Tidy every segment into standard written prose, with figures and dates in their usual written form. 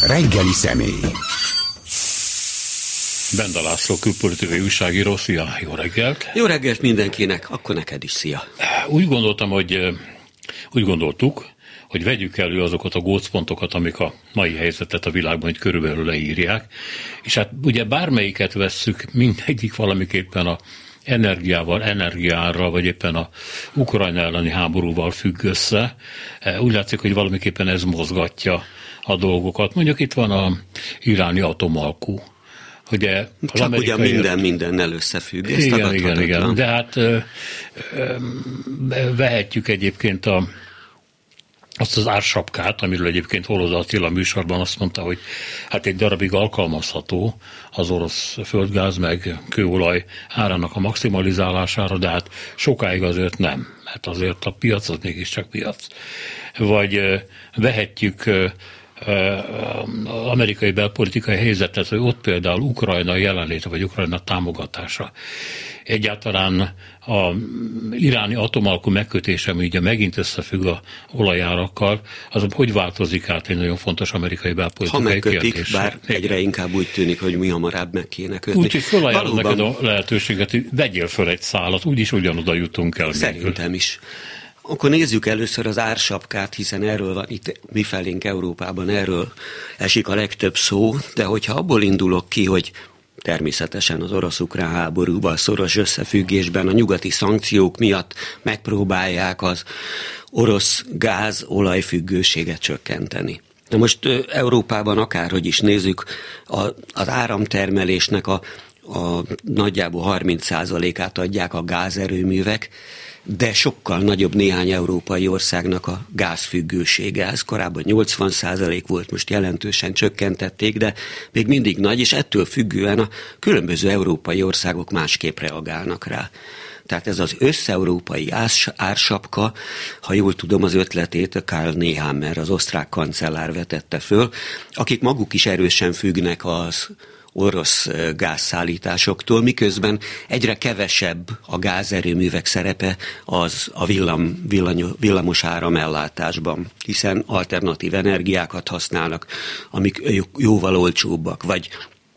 Reggeli személy. Benda László külpolitikai újságíró, szia, jó reggelt! Jó reggelt mindenkinek, akkor neked is szia! Úgy gondoltuk, hogy vegyük elő azokat a gócpontokat, amik a mai helyzetet a világban itt körülbelül leírják, és hát ugye bármelyiket vesszük, mindegyik valamiképpen a energiárral, vagy éppen a Ukrajna elleni háborúval függ össze. Úgy látszik, hogy valamiképpen ez mozgatja a dolgokat. Mondjuk itt van a iráni atomalkú. Ugye, csak ugye mindennel összefügg. Igen. De hát vehetjük egyébként azt az ársapkát, amiről egyébként Holoza Attila műsorban azt mondta, hogy hát egy darabig alkalmazható az orosz földgáz meg kőolaj árának a maximalizálására, de hát sokáig azért nem, mert azért a piac az mégiscsak piac. Vagy vehetjük az amerikai belpolitikai helyzetet, hogy ott például Ukrajna jelenléte, vagy Ukrajna támogatása. Egyáltalán a iráni atomalkú megkötése, ami ugye megint összefügg a olajárakkal, az hogy változik át egy nagyon fontos amerikai belpolitikai kérdés. Ha megkötik, bár egyre inkább úgy tűnik, hogy mi hamarabb meg kéne kötni. Úgyhogy felajánlom neked a lehetőséget, hogy vegyél föl egy szálat, úgyis ugyanoda jutunk el. Szerintem is. Akkor nézzük először az ársapkát, hiszen erről van itt mifelénk Európában, erről esik a legtöbb szó, de hogyha abból indulok ki, hogy természetesen az orosz-ukrán háborúval szoros összefüggésben a nyugati szankciók miatt megpróbálják az orosz gáz olajfüggőséget csökkenteni. Na most Európában akárhogy is nézzük, az áramtermelésnek a nagyjából 30%-át adják a gázerőművek, de sokkal nagyobb néhány európai országnak a gázfüggősége. Ez korábban 80% volt, most jelentősen csökkentették, de még mindig nagy, és ettől függően a különböző európai országok másképp reagálnak rá. Tehát ez az összeurópai ársapka, ha jól tudom az ötletét, Karl Nehammer, az osztrák kancellár vetette föl, akik maguk is erősen függnek az orosz gázszállításoktól, miközben egyre kevesebb a gázerőművek szerepe az a villamos áramellátásban, hiszen alternatív energiákat használnak, amik jóval olcsóbbak, vagy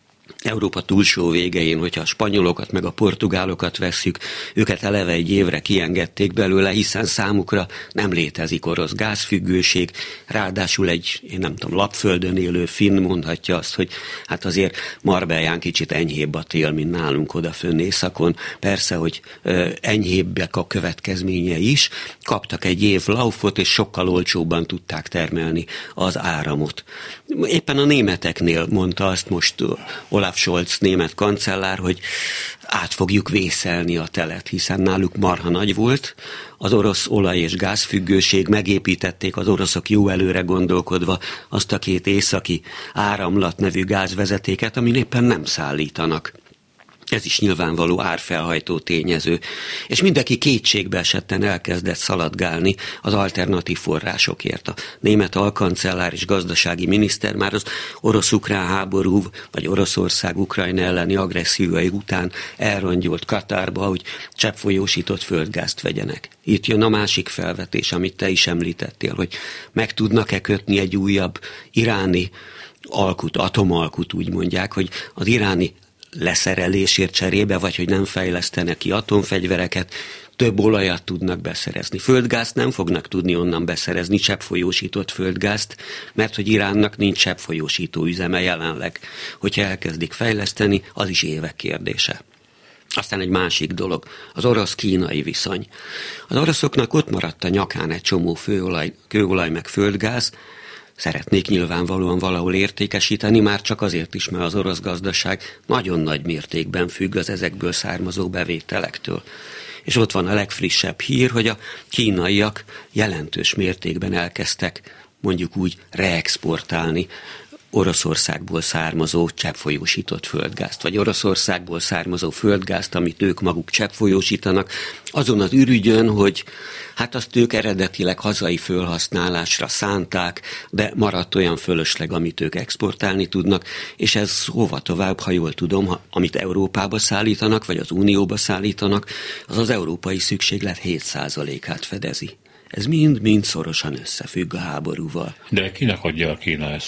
Európa túlsó végén, hogyha a spanyolokat meg a portugálokat vesszük, őket eleve egy évre kiengedték belőle, hiszen számukra nem létezik orosz gázfüggőség, ráadásul egy, lapföldön élő finn mondhatja azt, hogy hát azért Marbellán kicsit enyhébb a tél, mint nálunk odafönn északon. Persze, hogy enyhébbek a következményei is, kaptak egy év laufot, és sokkal olcsóbban tudták termelni az áramot. Éppen a németeknél mondta azt most Olaf Scholz német kancellár, hogy át fogjuk vészelni a telet, hiszen náluk marha nagy volt az orosz olaj- és gázfüggőség, megépítették az oroszok jó előre gondolkodva azt a 2 északi áramlat nevű gázvezetéket, amin éppen nem szállítanak. Ez is nyilvánvaló árfelhajtó tényező. És mindenki kétségbe esetten elkezdett szaladgálni az alternatív forrásokért. A német alkancellár és gazdasági miniszter már az orosz-ukrán háború, vagy Oroszország Ukrajna elleni agressziói után elrongyolt Katárba, hogy cseppfolyósított földgázt vegyenek. Itt jön a másik felvetés, amit te is említettél, hogy meg tudnak-e kötni egy újabb iráni alkut, atomalkut, úgy mondják, hogy az iráni leszerelésért cserébe, vagy hogy nem fejlesztenek ki atomfegyvereket, több olajat tudnak beszerezni. Földgázt nem fognak tudni onnan beszerezni, cseppfolyósított földgázt, mert hogy Iránnak nincs cseppfolyósító üzeme jelenleg. Hogyha elkezdik fejleszteni, az is évek kérdése. Aztán egy másik dolog, az orosz-kínai viszony. Az oroszoknak ott maradt a nyakán egy csomó kőolaj meg földgáz, szeretnék nyilvánvalóan valahol értékesíteni, már csak azért is, mert az orosz gazdaság nagyon nagy mértékben függ az ezekből származó bevételektől. És ott van a legfrissebb hír, hogy a kínaiak jelentős mértékben elkezdtek mondjuk úgy reexportálni Oroszországból származó cseppfolyósított földgázt, vagy Oroszországból származó földgázt, amit ők maguk cseppfolyósítanak, azon az ürügyön, hogy hát azt ők eredetileg hazai fölhasználásra szánták, de maradt olyan fölösleg, amit ők exportálni tudnak, és ez hova tovább, ha jól tudom, amit Európába szállítanak, vagy az Unióba szállítanak, az az európai szükséglet 7%-át fedezi. Ez mind-mind szorosan összefügg a háborúval. De kinek adja a Kína ezt?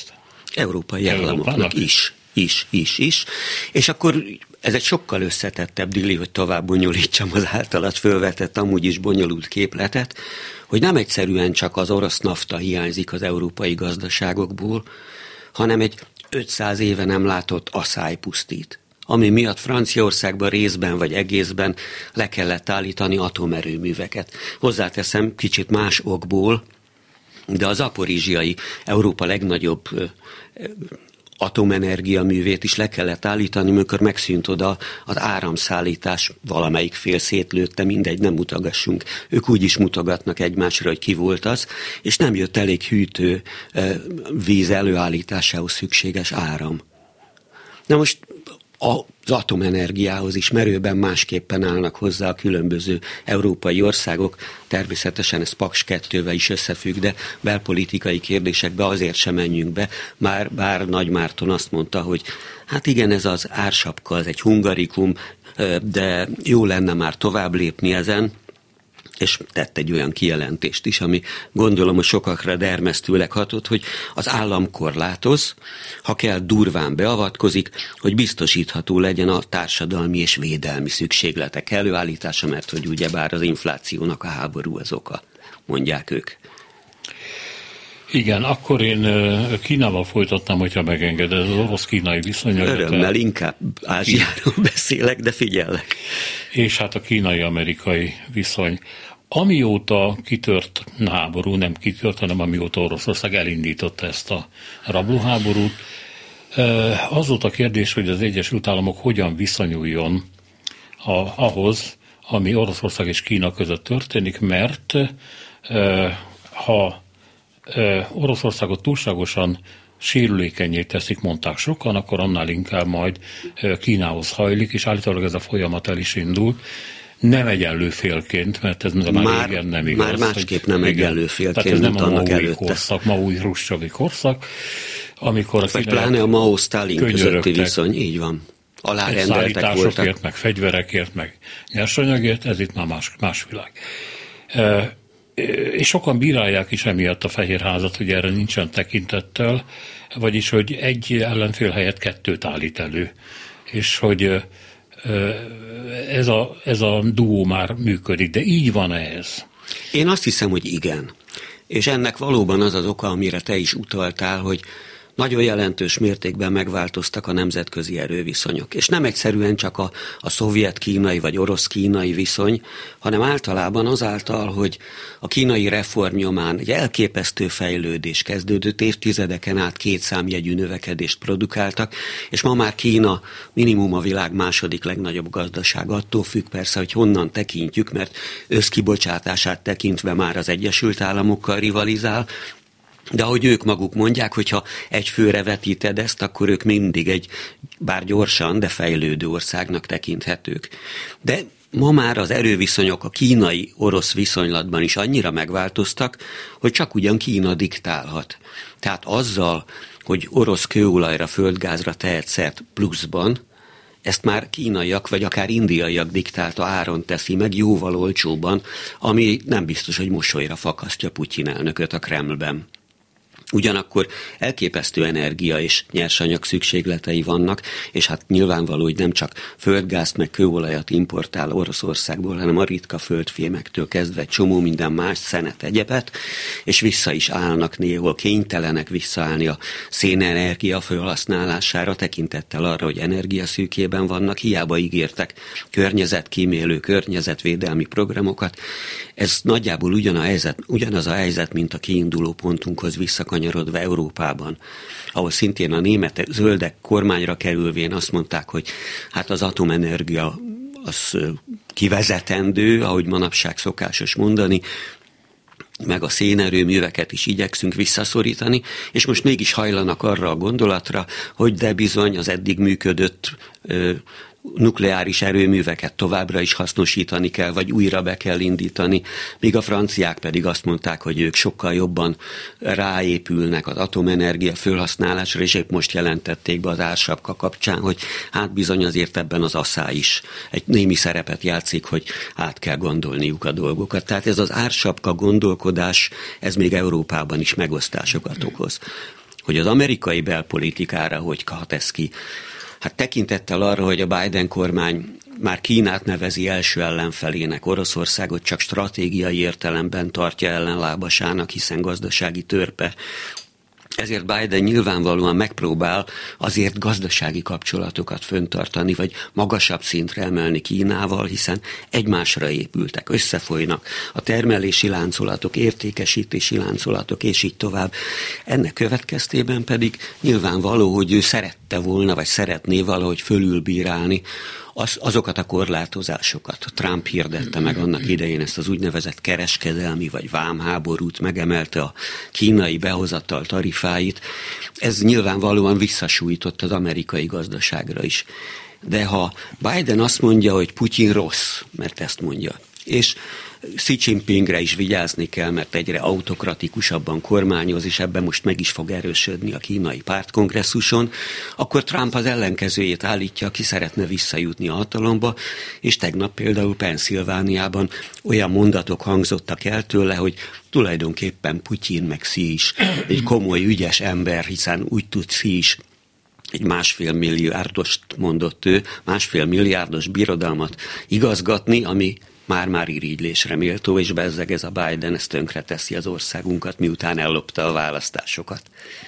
Európai államoknak is. És akkor ez egy sokkal összetettebb dili, hogy tovább bonyolítsam az általad fölvetett, amúgy is bonyolult képletet, hogy nem egyszerűen csak az orosz nafta hiányzik az európai gazdaságokból, hanem egy 500 éve nem látott asszály pusztít, ami miatt Franciaországban részben vagy egészben le kellett állítani atomerőműveket. Hozzáteszem, kicsit más okból, de a zaporizsiai, Európa legnagyobb atomenergia művét is le kellett állítani, amikor megszűnt oda az áramszállítás, valamelyik fél szétlőtte, mindegy, nem mutogassunk. Ők úgy is mutogatnak egymásra, hogy ki volt az, és nem jött elég hűtő víz előállításához szükséges áram. Na most az atomenergiához is merőben másképpen állnak hozzá a különböző európai országok. Természetesen ez Paks 2-vel is összefügg, de belpolitikai kérdésekbe azért sem menjünk be. Bár Nagy Márton azt mondta, hogy hát igen, ez az ársapka, ez egy hungarikum, de jó lenne már tovább lépni ezen, és tett egy olyan kijelentést is, ami gondolom, hogy sokakra dermesztőleg hatott, hogy az állam korlátoz, ha kell durván beavatkozik, hogy biztosítható legyen a társadalmi és védelmi szükségletek előállítása, mert hogy ugyebár az inflációnak a háború az oka, mondják ők. Igen, akkor én Kínával folytatnám, hogyha megengeded az orosz-kínai viszonyok. Örömmel inkább Ázsiáról beszélek, de figyellek. És hát a kínai-amerikai viszony. Amióta kitört háború, nem kitört, hanem amióta Oroszország elindította ezt a rablóháborút, az volt a kérdés, hogy az Egyesült Államok hogyan viszonyuljon ahhoz, ami Oroszország és Kína között történik, mert ha Oroszországot túlságosan sérülékenyé teszik, mondták sokan, akkor annál inkább majd Kínához hajlik, és állítólag ez a folyamat el is indult. Nem egyenlő félként, mert ez már régen nem igaz. Már másképp nem egyenlő félként, mint annak előtte. Maui Hruscsovi korszak, amikor vagy pláne a Mao-Sztálin közötti viszony, így van. Alárendeltek voltak. Meg fegyverekért, meg nyersanyagért, ez itt már más világ. És sokan bírálják is emiatt a Fehérházat, hogy erre nincsen tekintettel, vagyis, hogy egy ellenfél helyett kettőt állít elő. És hogy ez a duó már működik, de így van ez? Én azt hiszem, hogy igen. És ennek valóban az az oka, amire te is utaltál, hogy nagyon jelentős mértékben megváltoztak a nemzetközi erőviszonyok. És nem egyszerűen csak a szovjet-kínai vagy orosz-kínai viszony, hanem általában azáltal, hogy a kínai reform nyomán egy elképesztő fejlődés kezdődött, évtizedeken át 2 számjegyű növekedést produkáltak, és ma már Kína minimum a világ második legnagyobb gazdasága. Attól függ persze, hogy honnan tekintjük, mert összkibocsátását tekintve már az Egyesült Államokkal rivalizál, de ahogy ők maguk mondják, hogyha egy főre vetíted ezt, akkor ők mindig egy, bár gyorsan, de fejlődő országnak tekinthetők. De ma már az erőviszonyok a kínai-orosz viszonylatban is annyira megváltoztak, hogy csak ugyan Kína diktálhat. Tehát azzal, hogy orosz kőolajra, földgázra tehet szert pluszban, ezt már kínaiak vagy akár indiaiak diktálta áron teszi meg jóval olcsóban, ami nem biztos, hogy mosolyra fakasztja Putyin elnököt a Kremlben. Ugyanakkor elképesztő energia és nyersanyag szükségletei vannak, és hát nyilvánvaló, hogy nem csak földgázt meg kőolajat importál Oroszországból, hanem a ritka földfémektől kezdve egy csomó minden más, szenet, egyebet, és vissza is állnak néhol, kénytelenek visszaállni a szénenergia felhasználására, tekintettel arra, hogy energiaszűkében vannak, hiába ígértek környezetkímélő, környezetvédelmi programokat. Ez nagyjából ugyanaz a helyzet, mint a kiinduló pontunkhoz visszakanyarodva Európában, ahol szintén a német zöldek kormányra kerülvén azt mondták, hogy hát az atomenergia az kivezetendő, ahogy manapság szokásos mondani, meg a szénerőműveket is igyekszünk visszaszorítani, és most mégis hajlanak arra a gondolatra, hogy de bizony az eddig működött nukleáris erőműveket továbbra is hasznosítani kell, vagy újra be kell indítani, míg a franciák pedig azt mondták, hogy ők sokkal jobban ráépülnek az atomenergia felhasználásra, és épp most jelentették be az ársapka kapcsán, hogy hát bizony azért ebben az asszály is egy némi szerepet játszik, hogy át kell gondolniuk a dolgokat. Tehát ez az ársapka gondolkodás, ez még Európában is megosztásokat okoz. hogy az amerikai belpolitikára hogy hat ez ki. Hát tekintettel arra, hogy a Biden kormány már Kínát nevezi első ellenfelének, Oroszországot csak stratégiai értelemben tartja ellenlábasának, hiszen gazdasági törpe. Ezért Biden nyilvánvalóan megpróbál azért gazdasági kapcsolatokat fenntartani, vagy magasabb szintre emelni Kínával, hiszen egymásra épültek, összefolynak a termelési láncolatok, értékesítési láncolatok, és így tovább. Ennek következtében pedig nyilvánvaló, hogy ő szerette volna, vagy szeretné valahogy fölülbírálni azokat a korlátozásokat. Trump hirdette meg annak idején ezt az úgynevezett kereskedelmi vagy vámháborút, megemelte a kínai behozatal tarifáit. Ez nyilvánvalóan visszasújtott az amerikai gazdaságra is. De ha Biden azt mondja, hogy Putyin rossz, mert ezt mondja, és Xi Jinpingre is vigyázni kell, mert egyre autokratikusabban kormányoz, és ebben most meg is fog erősödni a kínai pártkongresszuson, akkor Trump az ellenkezőjét állítja, aki szeretne visszajutni a hatalomba, és tegnap például Pennsylvániában olyan mondatok hangzottak el tőle, hogy tulajdonképpen Putyin meg Xi is egy komoly, ügyes ember, hiszen úgy tud Xi is egy 1,5 milliárdost mondott ő, 1,5 milliárdos birodalmat igazgatni, ami már irigylésre méltó, és bezzeg ez a Biden, ez tönkre teszi az országunkat, miután ellopta a választásokat.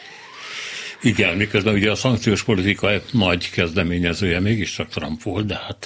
Igen, miközben ugye a szankciós politika nagy kezdeményezője mégiscsak Trump volt, de hát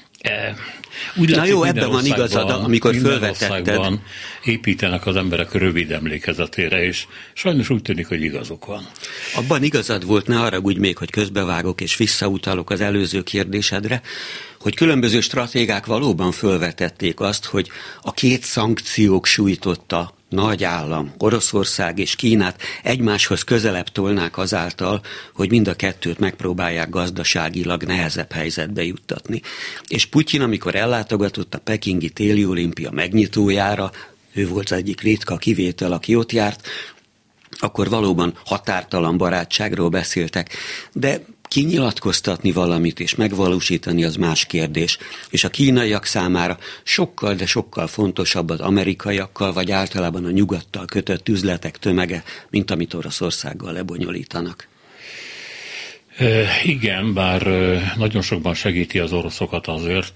úgy na jó, ebben van igazad, amikor fölvetetted. Építenek az emberek rövid emlékezetére, és sajnos úgy tűnik, hogy igazuk van. Abban igazad volt, ne haragudj még, hogy közbevágok és visszautalok az előző kérdésedre, hogy különböző stratégák valóban fölvetették azt, hogy a két szankciók sújtotta nagy állam, Oroszország és Kínát egymáshoz közelebb tolnák azáltal, hogy mind a kettőt megpróbálják gazdaságilag nehezebb helyzetbe juttatni. És Putyin, amikor ellátogatott a pekingi téli olimpia megnyitójára, ő volt az egyik ritka kivétel, aki ott járt, akkor valóban határtalan barátságról beszéltek, de kinyilatkoztatni valamit és megvalósítani az más kérdés. És a kínaiak számára sokkal, de sokkal fontosabb az amerikaiakkal, vagy általában a nyugattal kötött üzletek tömege, mint amit Oroszországgal lebonyolítanak. Igen, bár nagyon sokban segíti az oroszokat azért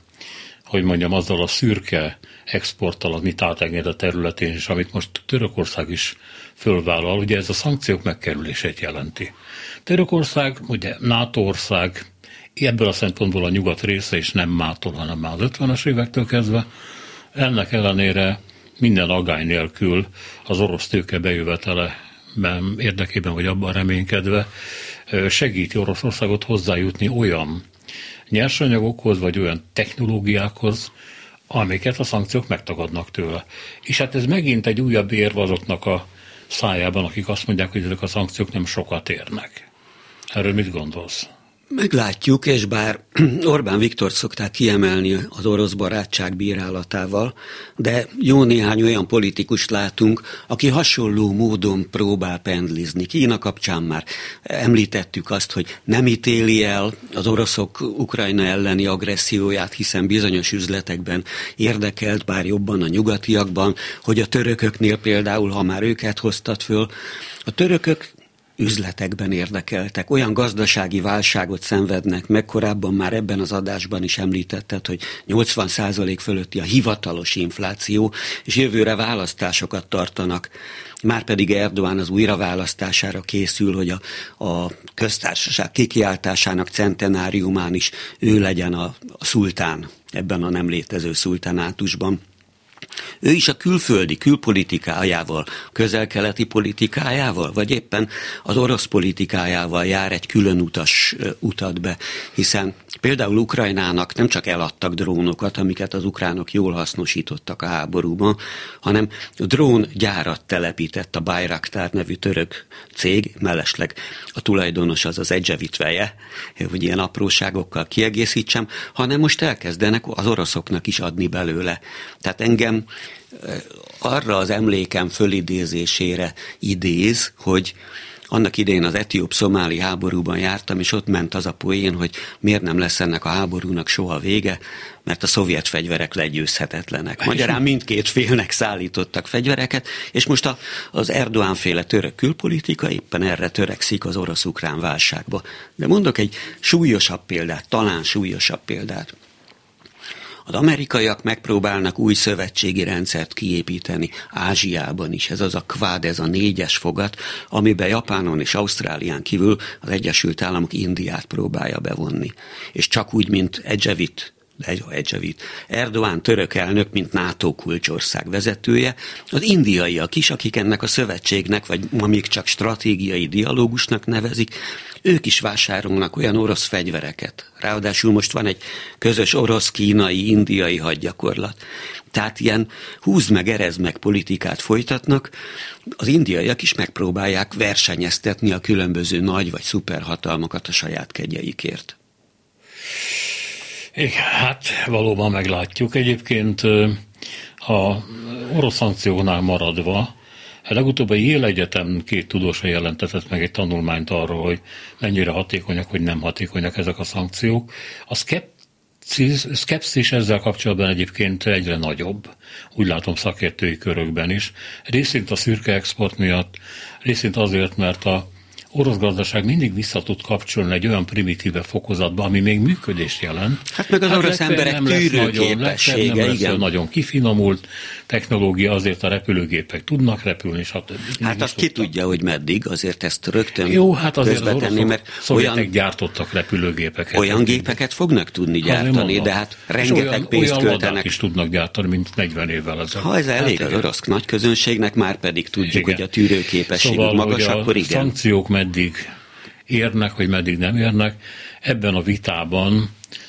azzal a szürke exporttal, amit átenged területén, és amit most Törökország is fölvállal, ugye ez a szankciók megkerülését jelenti. Törökország, ugye NATO ország, ebből a szempontból a nyugat része is nem mától, hanem már az 50-es évektől kezdve. Ennek ellenére minden aggály nélkül az orosz tőke bejövetele érdekében, vagy abban reménykedve segíti Oroszországot hozzájutni olyan nyersanyagokhoz, vagy olyan technológiákhoz, amiket a szankciók megtagadnak tőle. És hát ez megint egy újabb érv azoknak a szájában, akik azt mondják, hogy ezek a szankciók nem sokat érnek. Erről mit gondolsz? Meglátjuk, és bár Orbán Viktort szokták kiemelni az orosz barátság bírálatával, de jó néhány olyan politikust látunk, aki hasonló módon próbál pendlizni. Kína kapcsán már említettük azt, hogy nem ítéli el az oroszok Ukrajna elleni agresszióját, hiszen bizonyos üzletekben érdekelt, bár jobban a nyugatiakban, hogy a törököknél például, ha már őket hoztad föl, a törökök üzletekben érdekeltek, olyan gazdasági válságot szenvednek meg, korábban már ebben az adásban is említetted, hogy 80% fölötti a hivatalos infláció, és jövőre választásokat tartanak. Márpedig Erdoğan az újraválasztására készül, hogy a köztársaság kikiáltásának centenáriumán is ő legyen a szultán ebben a nem létező szultánátusban. Ő is a külpolitikájával, közel-keleti politikájával, vagy éppen az orosz politikájával jár egy külön utat be, hiszen például Ukrajnának nem csak eladtak drónokat, amiket az ukránok jól hasznosítottak a háborúban, hanem dróngyárat telepített a Bayraktar nevű török cég, mellesleg a tulajdonos az Ecevit-veje, hogy ilyen apróságokkal kiegészítsem, hanem most elkezdenek az oroszoknak is adni belőle. Tehát engem arra az emlékem fölidézésére idéz, hogy Annak idején az etióp-szomáli háborúban jártam, és ott ment az a poén, hogy miért nem lesz ennek a háborúnak soha vége, mert a szovjet fegyverek legyőzhetetlenek. Magyarán mindkét félnek szállítottak fegyvereket, és most az Erdoğan-féle török külpolitika éppen erre törekszik az orosz-ukrán válságba. De mondok egy súlyosabb példát, talán súlyosabb példát. Az amerikaiak megpróbálnak új szövetségi rendszert kiépíteni Ázsiában is. Ez az a Quad, ez a 4-es fogat, amiben Japánon és Ausztrálián kívül az Egyesült Államok Indiát próbálja bevonni. És csak úgy, mint Erdoğan török elnök, mint NATO kulcsország vezetője, az indiaiak is, akik ennek a szövetségnek, vagy ma még csak stratégiai dialógusnak nevezik, ők is vásárolnak olyan orosz fegyvereket. Ráadásul most van egy közös orosz-kínai-indiai hadgyakorlat. Tehát ilyen húzd meg, erezd meg politikát folytatnak, az indiaiak is megpróbálják versenyeztetni a különböző nagy vagy szuperhatalmakat a saját kegyeikért. Igen, hát valóban meglátjuk. Egyébként a orosz szankcióknál maradva, legutóbb a Yale Egyetem 2 tudósa jelentetett meg egy tanulmányt arról, hogy mennyire hatékonyak, vagy nem hatékonyak ezek a szankciók. A szkepszis ezzel kapcsolatban egyébként egyre nagyobb, úgy látom szakértői körökben is. Részint a szürke export miatt, részint azért, mert a orosz gazdaság mindig vissza tud kapcsolni egy olyan primitíve fokozatba, ami még működést jelent. Hát meg az orosz emberek tűrőképessége, nem lesz igen. Nagyon kifinomult technológia, azért a repülőgépek tudnak repülni, stb. Hát azt ki tudja, hogy meddig, azért ezt rögtön jó, hát azért közbetenni, mert szovjetek gyártottak repülőgépeket. Olyan gépeket fognak tudni gyártani, de hát rengeteg pénzt költenek. Olyan is tudnak gyártani, mint 40 évvel ezelőtt. Ha ez elég az orosz nagy közönségnek, már pedig tudjuk, hogy a tűrőképességük szóval, magas, akkor igen. Szankciók meddig érnek, vagy meddig nem érnek. Ebben a vitában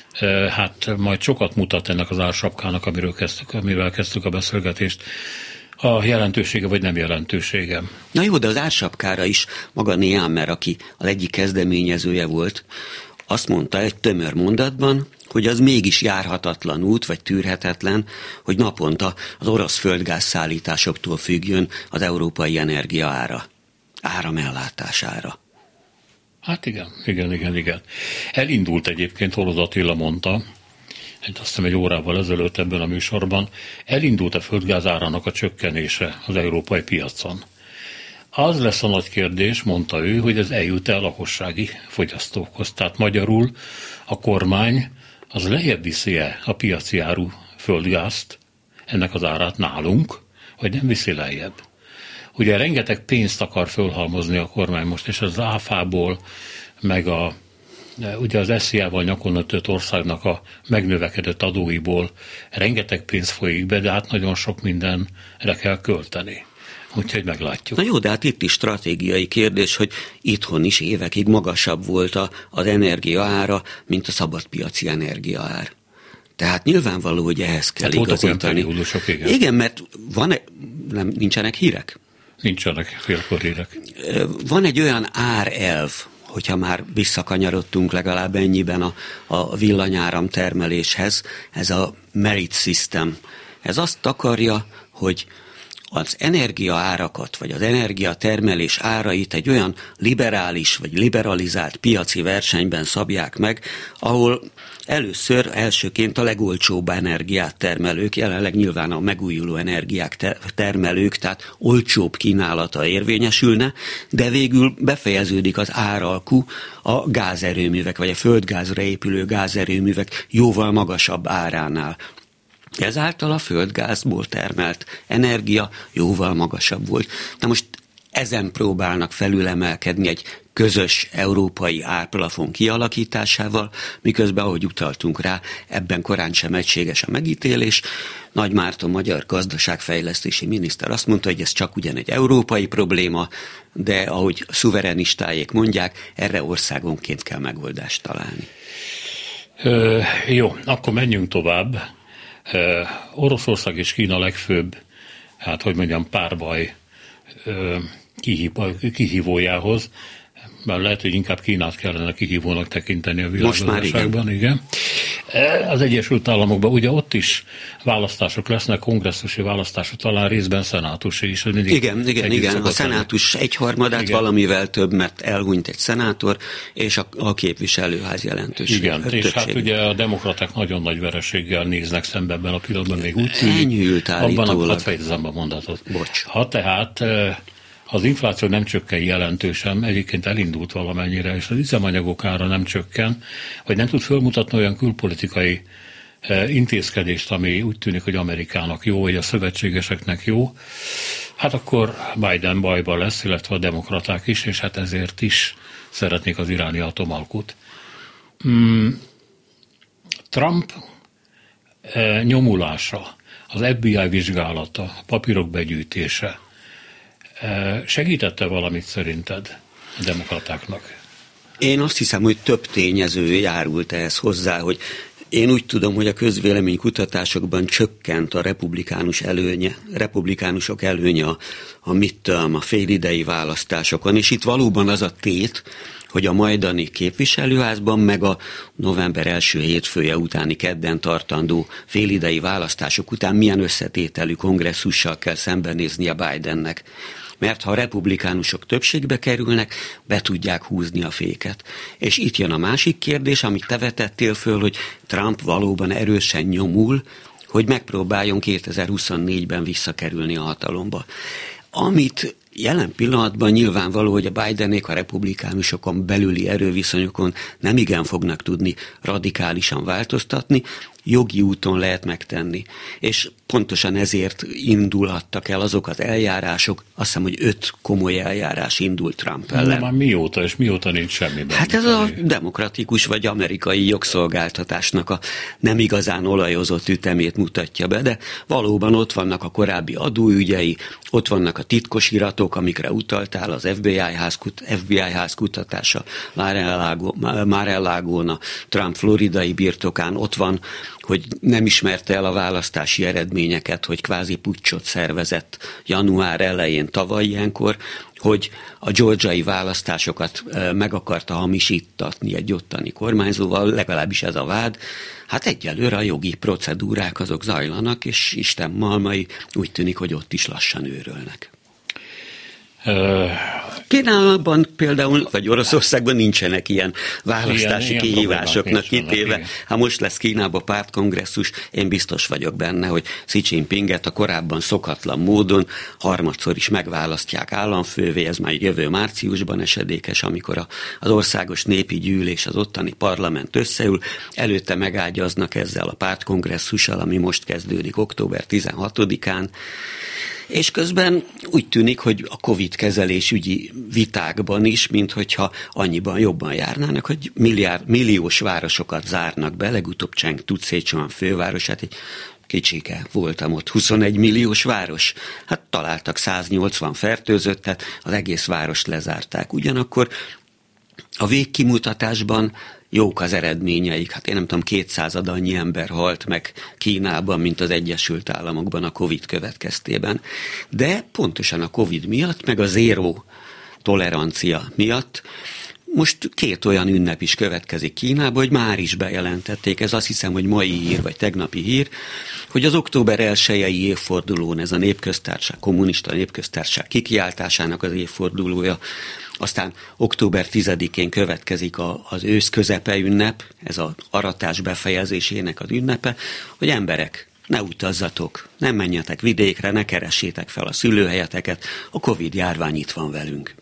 hát majd sokat mutat ennek az ársapkának, amivel kezdtük a beszélgetést, a jelentősége vagy nem jelentősége. Na jó, de az ársapkára is maga Nehammer, aki az egyik kezdeményezője volt, azt mondta egy tömör mondatban, hogy az mégis járhatatlan út, vagy tűrhetetlen, hogy naponta az orosz földgázszállításoktól függjön az európai energia áramellátására. Hát igen. Elindult egyébként, Holoz Attila mondta, azt hiszem egy órával ezelőtt ebben a műsorban, elindult a földgáz árának a csökkenése az európai piacon. Az lesz a nagy kérdés, mondta ő, hogy ez eljut-e a lakossági fogyasztókhoz. Tehát magyarul a kormány az lejjebb viszi-e a piaci áru földgázt, ennek az árát nálunk, vagy nem viszi lejjebb. Ugye rengeteg pénzt akar fölhalmozni a kormány most, és az áfából, meg ugye az SZIA-val nyakon ötött országnak a megnövekedett adóiból rengeteg pénz folyik be, de hát nagyon sok mindenre kell költeni. Úgyhogy meglátjuk. Na jó, de hát itt is stratégiai kérdés, hogy itthon is évekig magasabb volt az energia ára, mint a szabadpiaci energia ár. Tehát nyilvánvaló, hogy ehhez kell igazítani. Igen, mert nincsenek hírek? Nincsenek félkor hírek. Van egy olyan árelv, hogyha már visszakanyarodtunk legalább ennyiben a villanyáram termeléshez, ez a merit system. Ez azt akarja, hogy az energiaárakat, vagy az energiatermelés árait egy olyan liberális, vagy liberalizált piaci versenyben szabják meg, ahol elsőként a legolcsóbb energiát termelők, jelenleg nyilván a megújuló energiák termelők, tehát olcsóbb kínálata érvényesülne, de végül befejeződik az áralkú a gázerőművek, vagy a földgázra épülő gázerőművek jóval magasabb áránál. Ezáltal a földgázból termelt energia jóval magasabb volt. Na most ezen próbálnak felülemelkedni egy közös európai árplafon kialakításával, miközben, ahogy utaltunk rá, ebben korán sem egységes a megítélés. Nagy Márton magyar gazdaságfejlesztési miniszter azt mondta, hogy ez csak ugyan egy európai probléma, de ahogy szuverenistájék mondják, erre országonként kell megoldást találni. Jó, akkor menjünk tovább. Oroszország és Kína legfőbb, párbaj kihívójához, mert lehet, hogy inkább Kínát kellene kihívónak tekinteni a világgazdaságban. Igen. Az Egyesült Államokban ugye ott is választások lesznek, kongresszusi választások, talán részben szenátusi is. Igen. A szenátus egyharmadát valamivel több, mert elhunyt egy szenátor, és a képviselőház jelentős. Igen, és hát ugye a demokraták nagyon nagy vereséggel néznek szembe ebben a pillanatban, még úgy tűnik. Enyhült állítólag. Hadd fejezem a mondatot. Bocs. Ha tehát az infláció nem csökken jelentősen, egyébként elindult valamennyire, és az üzemanyagok ára nem csökken, vagy nem tud fölmutatni olyan külpolitikai intézkedést, ami úgy tűnik, hogy Amerikának jó, vagy a szövetségeseknek jó, hát akkor Biden bajban lesz, illetve a demokraták is, és hát ezért is szeretnék az iráni atomalkut. Trump nyomulása, az FBI vizsgálata, a papírok begyűjtése segítette valamit szerinted a demokratáknak? Én azt hiszem, hogy több tényező járult ehhez hozzá, hogy én úgy tudom, hogy a közvéleménykutatásokban csökkent a republikánusok előnye a midterm, a félidei választásokon, és itt valóban az a tét, hogy a majdani képviselőházban, meg a november első hétfője utáni kedden tartandó félidei választások után milyen összetételű kongresszussal kell szembenéznie Bidennek. Mert ha a republikánusok többségbe kerülnek, be tudják húzni a féket. És itt jön a másik kérdés, amit te vetettél föl, hogy Trump valóban erősen nyomul, hogy megpróbáljon 2024-ben visszakerülni a hatalomba. Amit jelen pillanatban nyilvánvaló, hogy a Bidenék a republikánusokon belüli erőviszonyokon nem igen fognak tudni radikálisan változtatni, jogi úton lehet megtenni. És pontosan ezért indulhattak el azok az eljárások, azt hiszem, hogy 5 komoly eljárás indult Trump ellen. Már mióta, és mióta nincs semmiben? Hát ez a demokratikus vagy amerikai jogszolgáltatásnak a nem igazán olajozott ütemét mutatja be, de valóban ott vannak a korábbi adóügyei, ott vannak a titkos iratok, amikre utaltál, az FBI ház kutatása Mar-a-Lagón, a Trump floridai birtokán, ott van, hogy nem ismerte el a választási eredményeket, hogy kvázi puccsot szervezett január elején tavaly ilyenkor, hogy a georgiai választásokat meg akarta hamisítatni egy ottani kormányzóval, legalábbis ez a vád. Hát egyelőre a jogi procedúrák azok zajlanak, és Isten malmai úgy tűnik, hogy ott is lassan őrölnek. Kínában például, vagy Oroszországban nincsenek ilyen választási kihívásoknak kitéve. Ha most lesz Kínában pártkongresszus, én biztos vagyok benne, hogy Xi Jinpinget a korábban szokatlan módon harmadszor is megválasztják államfővé, ez már jövő márciusban esedékes, amikor az országos népi gyűlés, az ottani parlament összeül, előtte megágyaznak ezzel a pártkongresszussal, ami most kezdődik október 16-án, és közben úgy tűnik, hogy a Covid kezelésügyi vitákban is, minthogyha annyiban jobban járnának, hogy milliós városokat zárnak be, legutóbb Cseng Tucécsuan fővárosát, egy kicsike voltam ott, 21 milliós város. Hát találtak 180 fertőzöttet, az egész várost lezárták. Ugyanakkor a végkimutatásban jók az eredményeik. Hát én nem tudom, 200 annyi ember halt meg Kínában, mint az Egyesült Államokban a Covid következtében. De pontosan a Covid miatt, meg a zéró tolerancia miatt most 2 olyan ünnep is következik Kínában, hogy már is bejelentették, ez azt hiszem, hogy mai hír, vagy tegnapi hír, hogy az október 1-i évfordulón ez a népköztársaság, kommunista népköztársaság kikiáltásának az évfordulója, aztán október 10-én következik az ősz közepe ünnep, ez az aratás befejezésének az ünnepe, hogy emberek, ne utazzatok, nem menjetek vidékre, ne keressétek fel a szülőhelyeteket, a Covid járvány itt van velünk.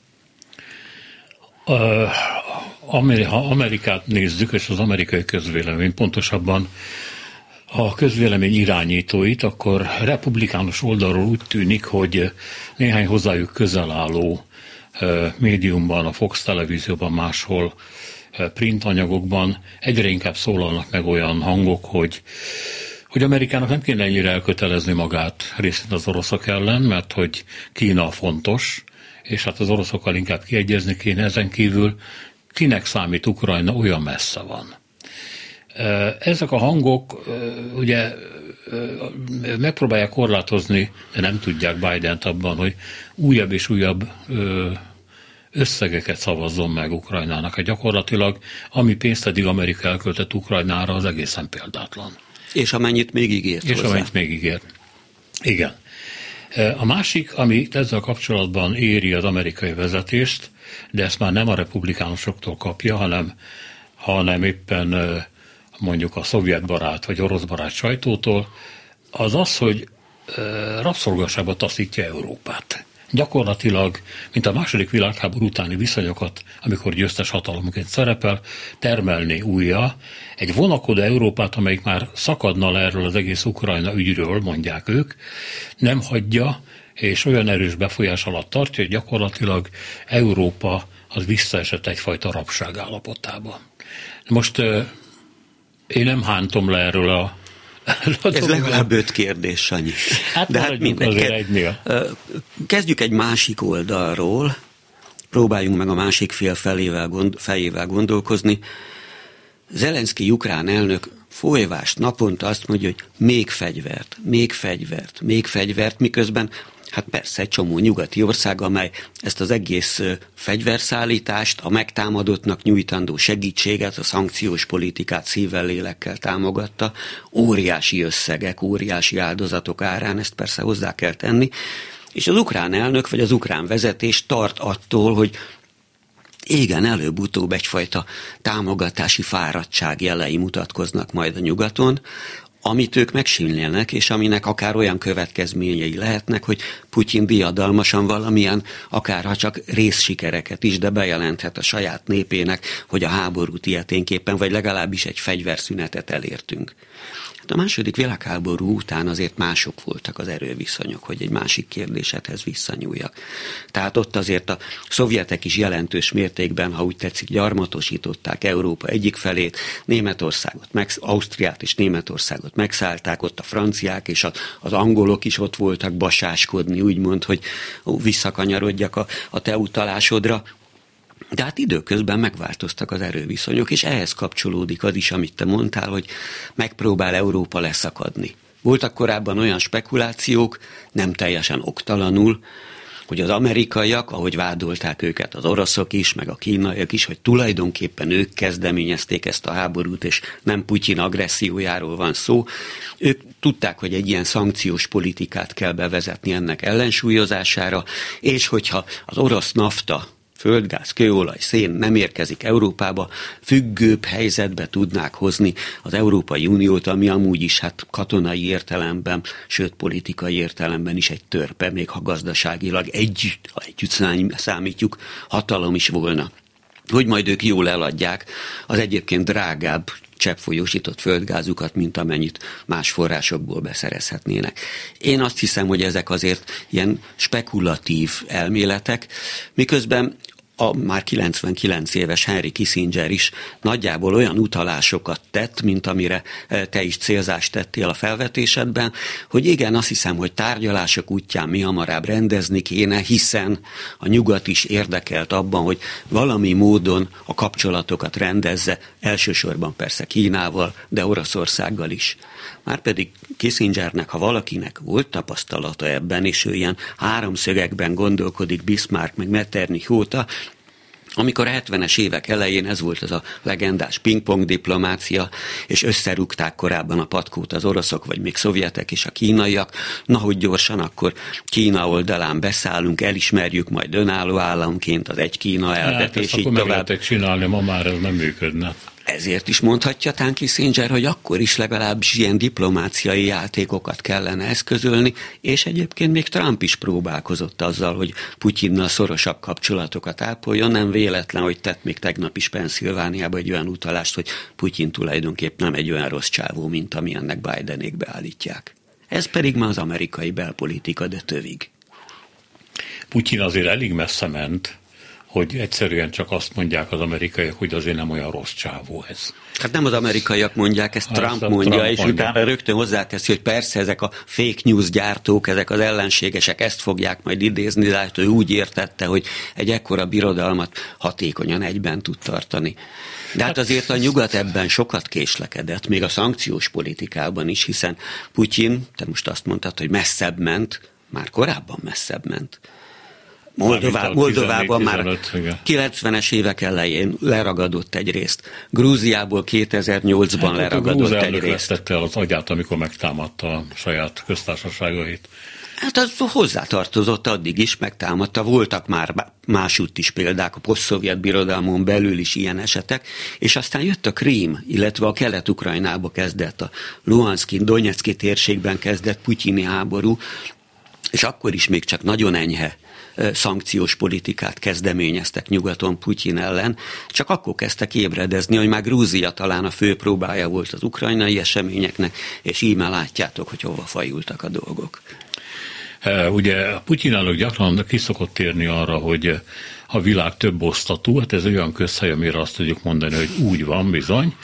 Ha Amerikát nézzük, és az amerikai közvélemény, pontosabban a közvélemény irányítóit, akkor republikánus oldalról úgy tűnik, hogy néhány hozzájuk közel álló médiumban, a Fox televízióban, máshol print anyagokban egyre inkább szólalnak meg olyan hangok, hogy Amerikának nem kéne ennyire elkötelezni magát részint az oroszok ellen, mert hogy Kína fontos, és hát az oroszokkal inkább kiegyezni kéne, ezen kívül kinek számít Ukrajna, olyan messze van. Ezek a hangok ugye megpróbálják korlátozni, de nem tudják Bident abban, hogy újabb és újabb összegeket szavazzon meg Ukrajnának. Hát gyakorlatilag, ami pénzt eddig Amerika elköltött Ukrajnára, az egészen példátlan. És amennyit még ígért És hozzá. amennyit még ígért. Igen. A másik, ami ezzel kapcsolatban éri az amerikai vezetést, de ezt már nem a republikánusoktól kapja, hanem éppen mondjuk a szovjet barát vagy orosz barát sajtótól, az az, hogy rabszolgaságba taszítja Európát. Gyakorlatilag, mint a második világháború utáni viszonyokat, amikor győztes hatalomként szerepel, termelni újra egy vonakodó Európát, amelyik már szakadna le erről az egész Ukrajna ügyről, mondják ők, nem hagyja, és olyan erős befolyás alatt tartja, hogy gyakorlatilag Európa az visszaesett egyfajta rabság állapotába. Most én nem hántom le erről a ez legalább 5 kérdés, Sanyi. De hát mindegy. Kezdjük egy másik oldalról, próbáljunk meg a másik fél fejével gondolkozni. Zelenszky ukrán elnök folyvást naponta azt mondja, hogy még fegyvert, még fegyvert, még fegyvert, miközben hát persze egy csomó nyugati ország, amely ezt az egész fegyverszállítást, a megtámadottnak nyújtandó segítséget, a szankciós politikát szívvel, lélekkel támogatta, óriási összegek, óriási áldozatok árán, ezt persze hozzá kell tenni, és az ukrán elnök vagy az ukrán vezetés tart attól, hogy igen, előbb-utóbb egyfajta támogatási fáradtság jelei mutatkoznak majd a nyugaton, amit ők megsínlélnek, és aminek akár olyan következményei lehetnek, hogy Putyin diadalmasan valamilyen, akár ha csak részsikereket is, de bejelenthet a saját népének, hogy a háborút ilyeténképpen, vagy legalábbis egy fegyverszünetet elértünk. A második világháború után azért mások voltak az erőviszonyok, hogy egy másik kérdésedhez visszanyúljak. Tehát ott azért a szovjetek is jelentős mértékben, ha úgy tetszik, gyarmatosították Európa egyik felét, Ausztriát és Németországot megszállták, ott a franciák és az angolok is ott voltak basáskodni, úgymond, hogy visszakanyarodjak a te utalásodra. De hát időközben megváltoztak az erőviszonyok, és ehhez kapcsolódik az is, amit te mondtál, hogy megpróbál Európa leszakadni. Voltak korábban olyan spekulációk, nem teljesen oktalanul, hogy az amerikaiak, ahogy vádolták őket az oroszok is, meg a kínaiak is, hogy tulajdonképpen ők kezdeményezték ezt a háborút, és nem Putyin agressziójáról van szó. Ők tudták, hogy egy ilyen szankciós politikát kell bevezetni ennek ellensúlyozására, és hogyha az orosz nafta, földgáz, kőolaj, szén nem érkezik Európába, függőbb helyzetbe tudnák hozni az Európai Uniót, ami amúgy is hát katonai értelemben, sőt politikai értelemben is egy törpe, még ha gazdaságilag együtt számítjuk, hatalom is volna. Hogy majd ők jól eladják az egyébként drágább cseppfolyósított földgázukat, mint amennyit más forrásokból beszerezhetnének. Én azt hiszem, hogy ezek azért ilyen spekulatív elméletek, miközben a már 99 éves Henry Kissinger is nagyjából olyan utalásokat tett, mint amire te is célzást tettél a felvetésedben, hogy igen, azt hiszem, hogy tárgyalások útján mihamarabb rendezni kéne, hiszen a nyugat is érdekelt abban, hogy valami módon a kapcsolatokat rendezze, elsősorban persze Kínával, de Oroszországgal is. Márpedig Kissingernek, ha valakinek volt tapasztalata ebben, és ő ilyen háromszögekben gondolkodik Bismarck meg Metternich óta, amikor a 70-es évek elején ez volt az a legendás pingpong diplomácia, és összerúgták korábban a patkót az oroszok, vagy még szovjetek és a kínaiak, na hogy gyorsan akkor Kína oldalán beszállunk, elismerjük majd önálló államként az egy Kína elvet, és így tovább. Lehetett csinálni, ma már ez nem működne. Ezért is mondhatja tán Kissinger, hogy akkor is legalábbis ilyen diplomáciai játékokat kellene eszközölni, és egyébként még Trump is próbálkozott azzal, hogy Putyinnal szorosabb kapcsolatokat ápoljon. Nem véletlen, hogy tett még tegnap is Pennsylvániában egy olyan utalást, hogy Putyin tulajdonképp nem egy olyan rossz csávó, mint amilyennek Bidenék beállítják. Ez pedig már az amerikai belpolitika, de tövig. Putyin azért elég messze ment, hogy egyszerűen csak azt mondják az amerikaiak, hogy azért nem olyan rossz csávó ez. Hát nem az amerikaiak mondják, ezt Trump mondja, és utána rögtön hozzáteszi, hogy persze ezek a fake news gyártók, ezek az ellenségesek ezt fogják majd idézni, de hát ő úgy értette, hogy egy ekkora birodalmat hatékonyan egyben tud tartani. De hát azért a nyugat ebben sokat késlekedett, még a szankciós politikában is, hiszen Putyin, te most azt mondtad, hogy messzebb ment, már korábban messzebb ment. Moldovában már 90-es évek elején leragadott egy részt. Grúziából 2008-ban leragadott egy részt. Vesztette el az agyát, amikor megtámadta a saját köztársaságait. Hát az hozzátartozott addig is, megtámadta. Voltak már másútt is példák, a posztszovjet birodalmon belül is ilyen esetek, és aztán jött a Krím, illetve a Kelet-Ukrajnába kezdett, a Luhanszki, Donetszki térségben kezdett putyini háború, és akkor is még csak nagyon enyhe szankciós politikát kezdeményeztek nyugaton Putyin ellen, csak akkor kezdtek ébredezni, hogy már Grúzia talán a fő próbája volt az ukrajnai eseményeknek, és íme látjátok, hogy hova fajultak a dolgok. Ugye Putyin elnök gyakran ki szokott térni arra, hogy a világ több osztatú, hát ez olyan közhely, amire azt tudjuk mondani, hogy úgy van bizony,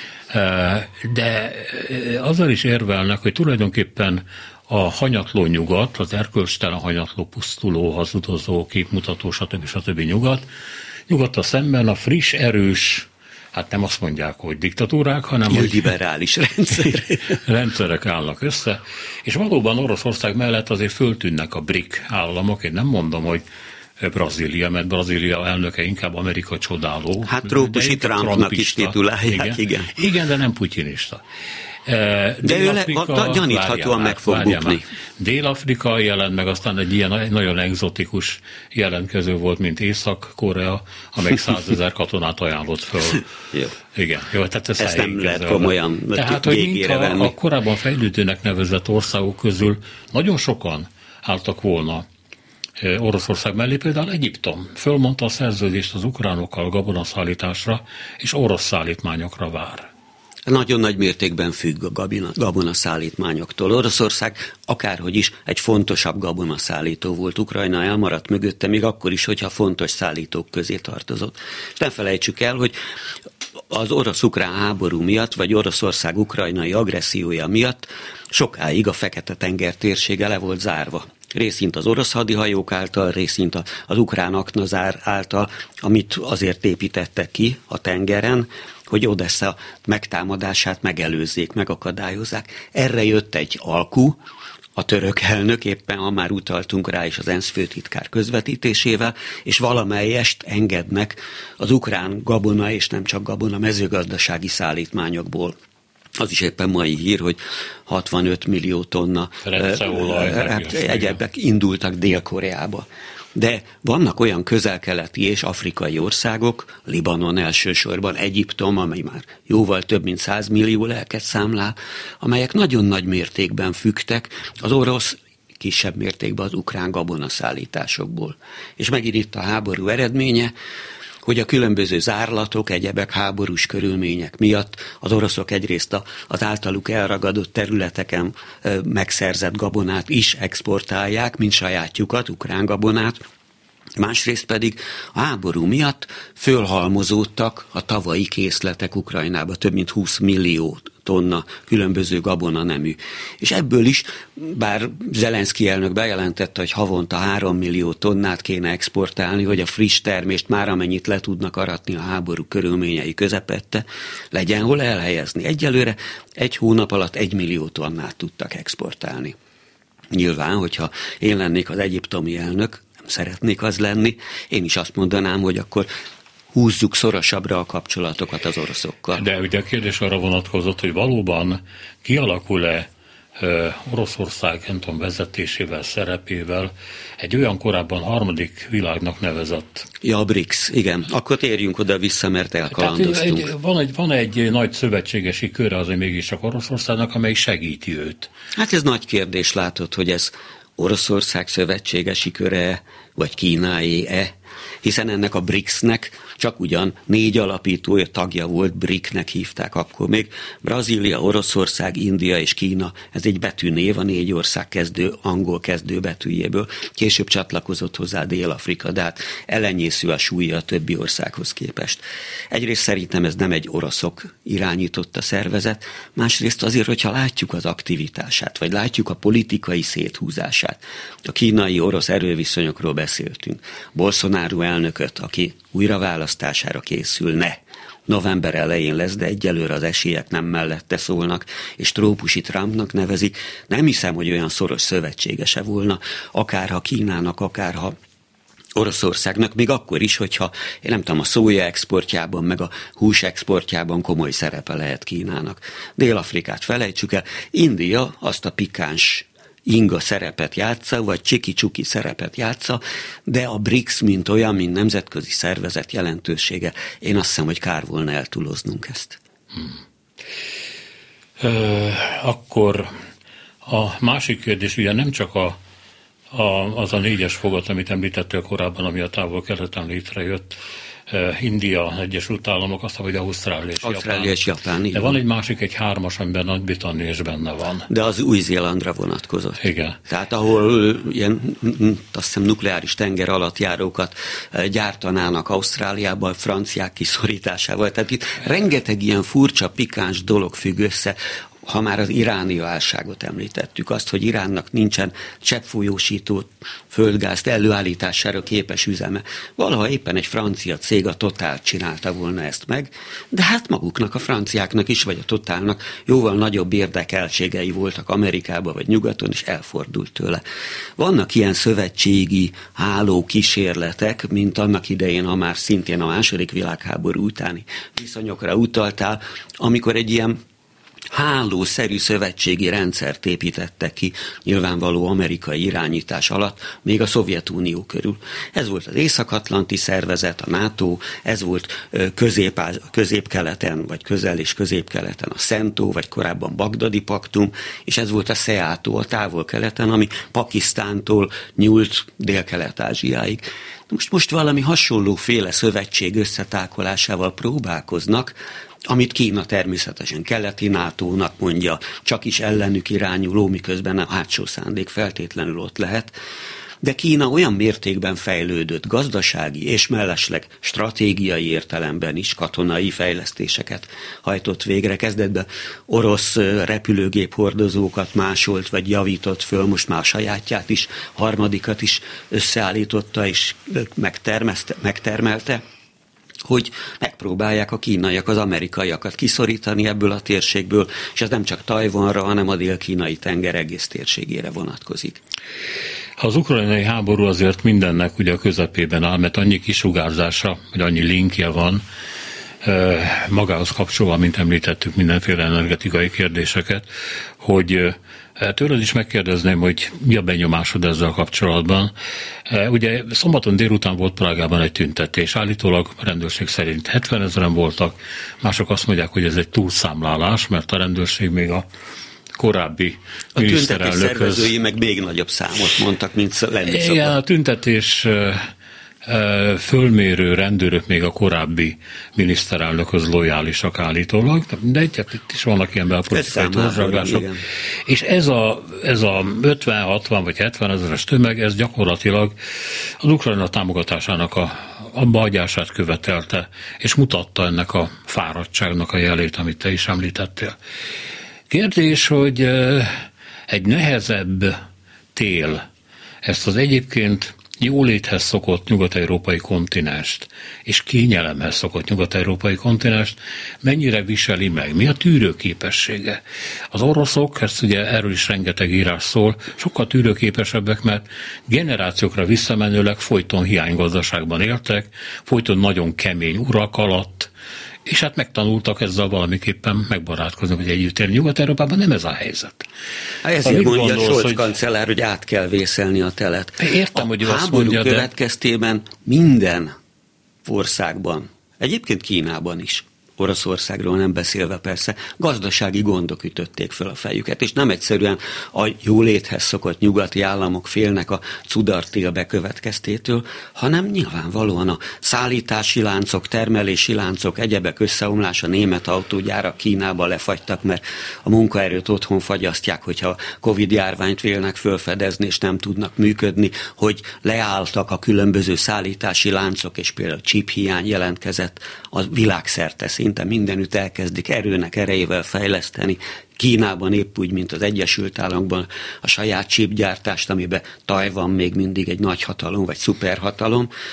de azzal is érvelnek, hogy tulajdonképpen a hanyatló nyugat, az erkölcstelen hanyatló, pusztuló, hazudozó, képmutató, stb. Nyugattal szemben a friss, erős, hát nem azt mondják, hogy diktatúrák, hanem hogy liberális rendszerek állnak össze, és valóban Oroszország mellett azért föltűnnek a BRIC államok, én nem mondom, hogy Brazília, mert Brazília elnöke inkább Amerika csodáló. Hát trópusi Trumpnak is titulálják, igen. Igen, de nem putyinista. De ő gyaníthatóan meg fog bukni. Dél-Afrika jelent meg, aztán egy ilyen nagyon egzotikus jelentkező volt, mint Észak-Korea, amely 100 000 katonát ajánlott föl. Jó. Igen. Jó, tehát ezt nem lehet komolyan végére venni. A korábban fejlődőnek nevezett országok közül nagyon sokan álltak volna Oroszország mellé, például Egyiptom fölmondta a szerződést az ukránokkal gabonaszállításra, és orosz szállítmányokra vár. Nagyon nagy mértékben függ a gabonaszállítmányoktól. Oroszország akárhogy is egy fontosabb gabonaszállító volt. Ukrajna elmaradt mögötte, még akkor is, hogyha fontos szállítók közé tartozott. És nem felejtsük el, hogy az orosz-ukrán háború miatt, vagy Oroszország ukrajnai agressziója miatt sokáig a Fekete-tenger térsége le volt zárva. Részint az orosz hadihajók által, részint az ukrán aknazár által, amit azért építettek ki a tengeren, hogy Odessa megtámadását megelőzzék, megakadályozzák. Erre jött egy alku, a török elnök, éppen ha már utaltunk rá is az ENSZ főtitkár közvetítésével, és valamelyest engednek az ukrán gabona, és nem csak gabona, mezőgazdasági szállítmányokból. Az is éppen mai hír, hogy 65 millió tonna egyebek indultak Dél-Koreába. De vannak olyan közel-keleti és afrikai országok, Libanon elsősorban, Egyiptom, amely már jóval több mint 100 millió lelket számlál, amelyek nagyon nagy mértékben függtek az orosz, kisebb mértékben az ukrán gabonaszállításokból. És megint itt a háború eredménye, hogy a különböző zárlatok, egyebek, háborús körülmények miatt az oroszok egyrészt az általuk elragadott területeken megszerzett gabonát is exportálják, mint sajátjukat, ukrán gabonát, másrészt pedig a háború miatt fölhalmozódtak a tavalyi készletek Ukrajnába, több mint 20 millió tonna különböző gabonanemű. És ebből is, bár Zelenszky elnök bejelentette, hogy havonta 3 millió tonnát kéne exportálni, hogy a friss termést már amennyit le tudnak aratni a háború körülményei közepette, legyen hol elhelyezni. Egyelőre egy hónap alatt 1 millió tonnát tudtak exportálni. Nyilván, hogyha én lennék az egyiptomi elnök, nem szeretnék az lenni, én is azt mondanám, hogy akkor húzzuk szorosabbra a kapcsolatokat az oroszokkal. De ugye a kérdés arra vonatkozott, hogy valóban kialakul-e Oroszország, nem tudom, vezetésével, szerepével egy olyan korábban harmadik világnak nevezett. Ja, a BRICS, igen. Akkor térjünk oda vissza, mert elkalandoztunk. Van egy nagy szövetségesi köre azért mégis csak Oroszországnak, amely segíti őt. Hát ez nagy kérdés, látod, hogy ez Oroszország szövetségesi köre, vagy Kínáé-e, hiszen ennek a BRICS-nek csak ugyan 4 alapító tagja volt, BRIC-nek hívták akkor még. Brazília, Oroszország, India és Kína, ez egy betűnév, a 4 ország angol kezdő betűjéből. Később csatlakozott hozzá Dél-Afrika, de hát elenyésző a súlya a többi országhoz képest. Egyrészt szerintem ez nem egy oroszok irányította szervezet, másrészt azért, hogyha látjuk az aktivitását, vagy látjuk a politikai széthúzását. A kínai-orosz erőviszonyokról beszéltünk. Bolsonaro elnököt, aki újraválasztására készülne. November elején lesz, de egyelőre az esélyek nem mellette szólnak, és trópusi Trumpnak nevezik. Nem hiszem, hogy olyan szoros szövetségese volna, akárha Kínának, akárha Oroszországnak, még akkor is, hogyha én nem tudom, a szója exportjában, meg a hús exportjában komoly szerepe lehet Kínának. Dél-Afrikát felejtsük el, India azt a pikáns inga szerepet játsza, vagy csiki-csuki szerepet játsza, de a BRICS, mint olyan, mint nemzetközi szervezet jelentősége, én azt hiszem, hogy kár volna eltúloznunk ezt. Akkor a másik kérdés, ugye nem csak az a 4-es fogat, amit említettél korábban, ami a távol-keleten létrejött, India, Egyesült Államok, aztán vagy Ausztrália és Japán. De van egy másik, egy 3-as, amiben Nagy-Britannia is benne van. De az Új-Zélandra vonatkozott. Igen. Tehát ahol ilyen, azt hiszem, nukleáris tenger alattjárókat gyártanának Ausztráliában, franciák kiszorításával. Tehát itt rengeteg ilyen furcsa, pikáns dolog függ össze. Ha már az iráni válságot említettük, azt, hogy Iránnak nincsen cseppfolyósító földgázt előállítására képes üzeme. Valaha éppen egy francia cég, a Total csinálta volna ezt meg, de hát maguknak, a franciáknak is, vagy a Totalnak jóval nagyobb érdekeltségei voltak Amerikában vagy nyugaton, és elfordult tőle. Vannak ilyen szövetségi háló kísérletek, mint annak idején, ha már szintén a II. Világháború utáni viszonyokra utaltál, amikor egy ilyen hálószerű szövetségi rendszert építettek ki, nyilvánvaló amerikai irányítás alatt, még a Szovjetunió körül. Ez volt az Észak-Atlanti Szervezet, a NATO, ez volt közép-keleten, vagy közel- és közép-keleten a SENTO, vagy korábban Bagdadi Paktum, és ez volt a SEATO, a távol-keleten, ami Pakisztántól nyúlt Dél-Kelet-Ázsiáig. Most valami hasonlóféle szövetség összetákolásával próbálkoznak, amit Kína természetesen keleti NATO-nak mondja, csak is ellenük irányuló, miközben a hátsó szándék feltétlenül ott lehet. De Kína olyan mértékben fejlődött gazdasági és mellesleg stratégiai értelemben is katonai fejlesztéseket hajtott végre. Kezdetben orosz repülőgép hordozókat másolt vagy javított föl, most már a sajátját is, harmadikat is összeállította és megtermelte, hogy megpróbálják a kínaiak, az amerikaiakat kiszorítani ebből a térségből, és ez nem csak Tajvanra, hanem a dél-kínai tenger egész térségére vonatkozik. Az ukrajnai háború azért mindennek ugye a közepében áll, mert annyi kisugárzása, vagy annyi linkje van magához kapcsolva, mint említettük, mindenféle energetikai kérdéseket, hogy tőled is megkérdezném, hogy mi a benyomásod ezzel kapcsolatban. Ugye szombaton délután volt Prágában egy tüntetés, állítólag a rendőrség szerint 70 000-en voltak, mások azt mondják, hogy ez egy túlszámlálás, mert a rendőrség még a korábbi miniszterelnökhöz... A tüntetés szervezői meg még nagyobb számot mondtak, mint lenni szokott. Igen, a tüntetés fölmérő rendőrök még a korábbi miniszterelnökhöz lojálisak állítólag, de itt is vannak ilyen belpolitikai torzsagások. És ez a 50-60 vagy 70 000-es tömeg, ez gyakorlatilag az Ukrajna támogatásának abba hagyását követelte, és mutatta ennek a fáradtságnak a jelét, amit te is említettél. Kérdés, hogy egy nehezebb tél ezt az egyébként jóléthez szokott nyugat-európai kontinenst, és kényelemhez szokott nyugat-európai kontinenst, mennyire viseli meg? Mi a tűrőképessége? Az oroszok, ezt ugye erről is rengeteg írás szól, sokkal tűrőképesebbek, mert generációkra visszamenőleg folyton hiánygazdaságban éltek, folyton nagyon kemény urak alatt, és hát megtanultak ezzel valamiképpen megbarátkozni, hogy együtt élni. Nyugat-Európában nem ez a helyzet. Ezért mondja Scholz kancellár, hogy át kell vészelni a telet. Értem, hogy ő azt mondja, de... háború következtében minden országban, egyébként Kínában is, Oroszországról nem beszélve persze, gazdasági gondok ütötték föl a fejüket, és nem egyszerűen a jóléthez szokott nyugati államok félnek a cudartél bekövetkeztétől, hanem nyilvánvalóan a szállítási láncok, termelési láncok, egyebek összeomlása, német autógyárak Kínába lefagytak, mert a munkaerőt otthon fagyasztják, hogyha Covid-járványt vélnek fölfedezni, és nem tudnak működni, hogy leálltak a különböző szállítási láncok, és például csíphiány jelentkezett a világszerte, szinte mindenütt elkezdik erejével fejleszteni. Kínában épp úgy, mint az Egyesült Államokban a saját csípgyártást, amiben Tajvan még mindig egy nagyhatalom vagy szuperhatalom.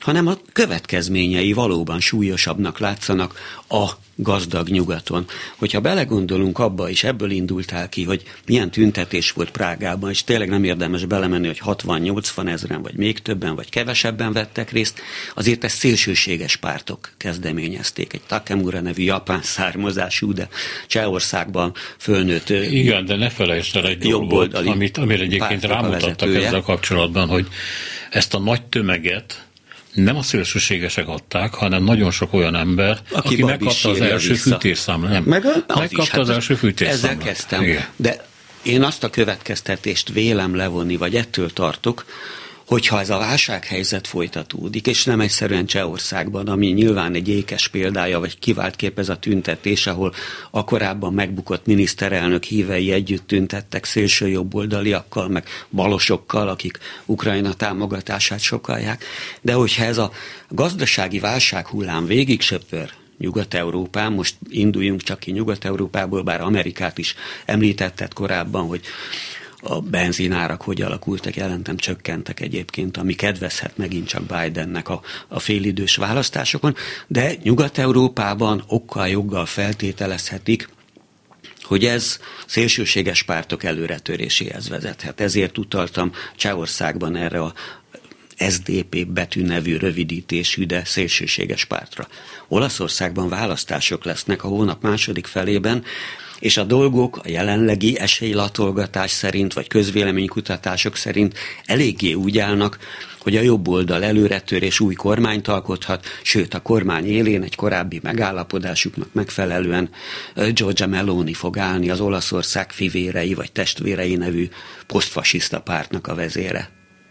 hanem a következményei valóban súlyosabbnak látszanak a gazdag nyugaton. Hogyha belegondolunk abba, és ebből indultál ki, hogy milyen tüntetés volt Prágában, és tényleg nem érdemes belemenni, hogy 60-80 ezren, vagy még többen, vagy kevesebben vettek részt, azért ezt szélsőséges pártok kezdeményezték. Egy Takemura nevű japán származású, de Csehországban fölnőtt. Igen, de ne felejtsd el egy dolgot, amire egyébként rámutattak ezzel kapcsolatban, hogy ezt a nagy tömeget nem a szélsőségesek adták, hanem nagyon sok olyan ember, aki megkapta az első fűtésszámlát. Megkapta az első fűtésszámlát. Ezzel kezdtem. Igen. De én azt a következtetést vélem levonni, vagy ettől tartok, hogyha ez a válsághelyzet folytatódik, és nem egyszerűen Csehországban, ami nyilván egy ékes példája, vagy kivált kép ez a tüntetés, ahol a korábban megbukott miniszterelnök hívei együtt tüntettek szélsőjobboldaliakkal, meg balosokkal, akik Ukrajna támogatását sokkolják. De hogyha ez a gazdasági válsághullám végig söpör Nyugat-Európán, most induljunk csak ki Nyugat-Európából, bár Amerikát is említetted korábban, hogy a benzinárak hogy alakultak, jelentem csökkentek egyébként, ami kedvezhet megint csak Bidennek a félidős választásokon, de Nyugat-Európában okkal-joggal feltételezhetik, hogy ez szélsőséges pártok előretöréséhez vezethet. Ezért utaltam Csehországban erre a SDP betűnevű rövidítésű, de szélsőséges pártra. Olaszországban választások lesznek a hónap második felében, és a dolgok a jelenlegi esélylatolgatás szerint, vagy közvéleménykutatások szerint eléggé úgy állnak, hogy a jobb oldal előretörés új kormányt alkothat, sőt a kormány élén egy korábbi megállapodásuknak megfelelően Giorgia Meloni fog állni, az Olaszország fivérei vagy testvérei nevű posztfasiszta pártnak a vezére.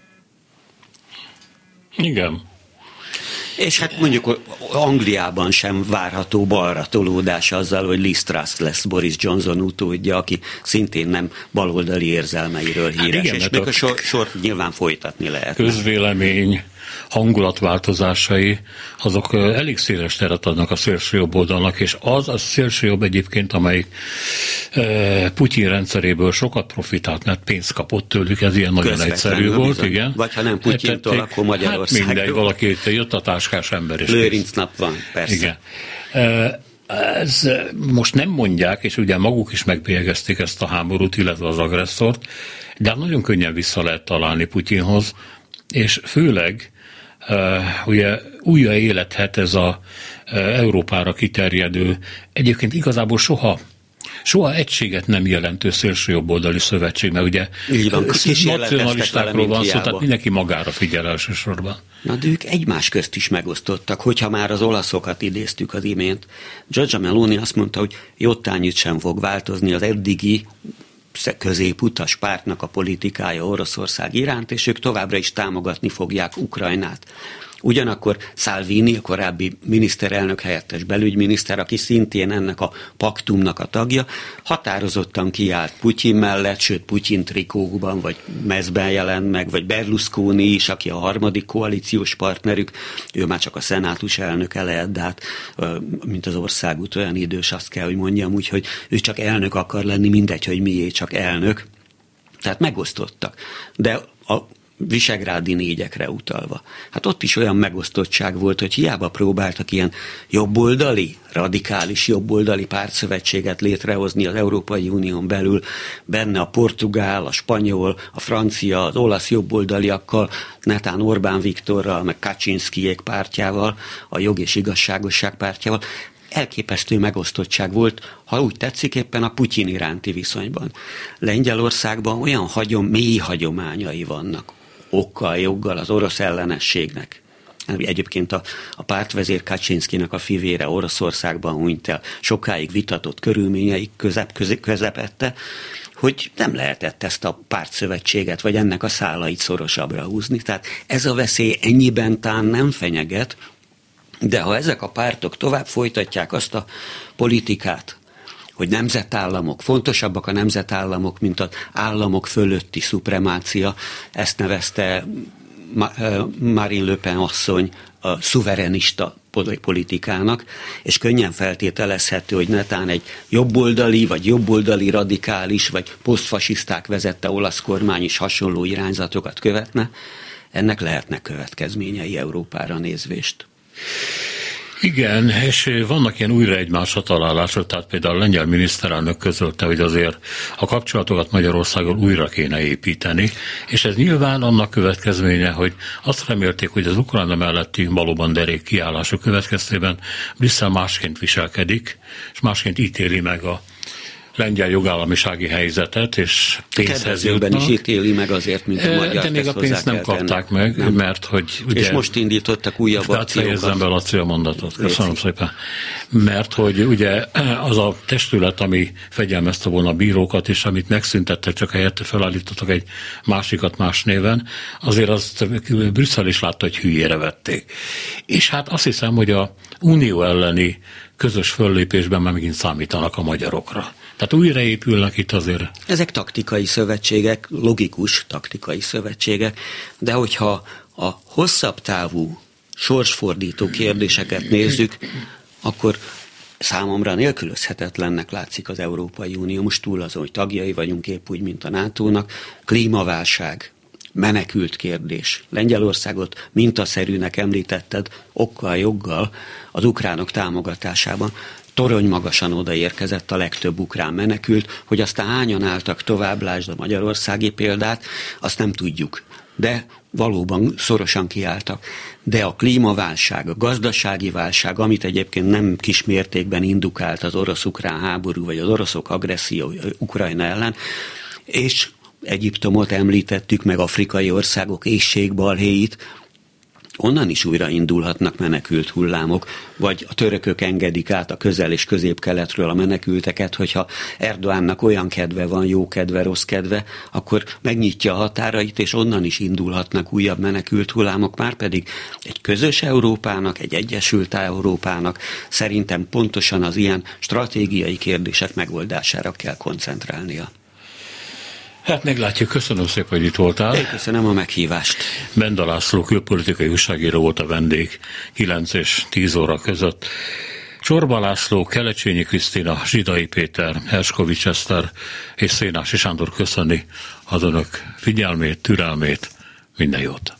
Igen. És hát mondjuk Angliában sem várható balra tolódás azzal, hogy Liz Truss lesz Boris Johnson utódja, aki szintén nem baloldali érzelmeiről híres. Hát igen, és még a sort nyilván folytatni lehet. Közvélemény hangulatváltozásai, azok elég széles teret adnak a szélsőjobb oldalnak, és az a szélsőjobb egyébként, amelyik Putyin rendszeréből sokat profitált, mert pénzt kapott tőlük, ez ilyen nagyon egyszerű volt, bizony. Igen. Vagy ha nem Putyintól, akkor Magyarországról. Hát mindegy, valaki jött a táskás ember is. Lőrinc nap van, persze. Igen. Ez most nem mondják, és ugye maguk is megbélyegezték ezt a háborút, illetve az agresszort, de nagyon könnyen vissza lehet találni Putyinhoz, és főleg ugye újra élethet ez a Európára kiterjedő, egyébként igazából soha egységet nem jelentő szélsőjobboldali szövetség, mert ugye nacionalistákról van szó, tehát mindenki magára figyel elsősorban. Na, de ők egymás közt is megosztottak, hogyha már az olaszokat idéztük az imént. Giorgia Meloni azt mondta, hogy jottányit sem fog változni az eddigi középutas pártnak a politikája Oroszország iránt, és ők továbbra is támogatni fogják Ukrajnát. Ugyanakkor Salvini, a korábbi miniszterelnök helyettes belügyminiszter, aki szintén ennek a paktumnak a tagja, határozottan kiállt Putyin mellett, sőt Putyin trikókban, vagy mezben jelent meg, vagy Berlusconi is, aki a harmadik koalíciós partnerük, ő már csak a szenátus elnöke lehet, de hát, mint az országút olyan idős, azt kell, hogy mondjam, úgyhogy ő csak elnök akar lenni, mindegy, hogy mié, csak elnök. Tehát megosztottak. De a visegrádi négyekre utalva. Hát ott is olyan megosztottság volt, hogy hiába próbáltak ilyen jobboldali, radikális jobboldali pártszövetséget létrehozni az Európai Unión belül, benne a portugál, a spanyol, a francia, az olasz jobboldaliakkal, netán Orbán Viktorral, meg Kaczynszkijék pártjával, a Jog és Igazságosság pártjával. Elképesztő megosztottság volt, ha úgy tetszik, éppen a Putyin iránti viszonyban. Lengyelországban olyan mély hagyományai vannak, okkal, joggal az orosz ellenességnek. Egyébként a pártvezér Kaczynszkinak a fivére Oroszországban hunyt el, sokáig vitatott körülményeik közepette, hogy nem lehetett ezt a pártszövetséget, vagy ennek a szálait szorosabbra húzni. Tehát ez a veszély ennyiben tán nem fenyeget, de ha ezek a pártok tovább folytatják azt a politikát, hogy nemzetállamok, fontosabbak a nemzetállamok, mint az államok fölötti szupremácia, ezt nevezte Marine Le Pen asszony a szuverenista politikának, és könnyen feltételezhető, hogy netán egy jobboldali, vagy jobboldali radikális, vagy posztfasiszták vezette olasz kormány is hasonló irányzatokat követne. ennek lehetnek következményei Európára nézvést. Igen, és vannak ilyen újra egymásra találások, tehát például a lengyel miniszterelnök közölte, hogy azért a kapcsolatokat Magyarországgal újra kéne építeni, és ez nyilván annak következménye, hogy azt remélték, hogy az Ukrajna melletti valóban derék kiállások következtében Brüsszel másként viselkedik, és másként ítéli meg a lengyel jogállamisági helyzetet, és pénzhez jutnak. Is ítéli meg azért, mint a magyar. De még a pénzt nem kapták meg, nem. Mert hogy... Ugye, és most indítottak újabb akciókat. Fejezzem be, Laci, a mondatot. Köszönöm szépen. Mert hogy ugye az a testület, ami fegyelmezte volna a bírókat, és amit megszüntettek, csak helyette felállítottak egy másikat más néven, azért azt Brüsszel is látta, hogy hülyére vették. És hát azt hiszem, hogy a unió elleni közös föllépésben már megint számítanak a magyarokra. Tehát újraépülnek itt azért. Ezek taktikai szövetségek, logikus taktikai szövetségek, de hogyha a hosszabb távú, sorsfordító kérdéseket nézzük, akkor számomra nélkülözhetetlennek látszik az Európai Unió. Most túl azon, hogy tagjai vagyunk épp úgy, mint a NATO-nak. Klímaválság, menekült kérdés. Lengyelországot mintaszerűnek említetted, okkal, joggal az ukránok támogatásában. Torony magasan odaérkezett a legtöbb ukrán menekült, hogy aztán hányan álltak tovább, lásd a magyarországi példát, azt nem tudjuk. De valóban szorosan kiálltak. De a klímaválság, a gazdasági válság, amit egyébként nem kis mértékben indukált az orosz-ukrán háború, vagy az oroszok agresszió Ukrajna ellen, és Egyiptomot említettük, meg afrikai országok éhségbalhéit, onnan is újra indulhatnak menekült hullámok, vagy a törökök engedik át a közel- és közép-keletről a menekülteket, hogyha Erdoğannak olyan kedve van, jó kedve, rossz kedve, akkor megnyitja a határait, és onnan is indulhatnak újabb menekült hullámok, márpedig egy közös Európának, egy egyesült Európának szerintem pontosan az ilyen stratégiai kérdések megoldására kell koncentrálnia. Hát meglátjuk, köszönöm szépen, hogy itt voltál. Én köszönöm a meghívást. Benda László külpolitikai újságíró volt a vendég 9 és 10 óra között. Csorba László, Kelecsényi Krisztina, Zsidai Péter, Herskovics Eszter és Szénási Sándor köszöni az önök figyelmét, türelmét, minden jót.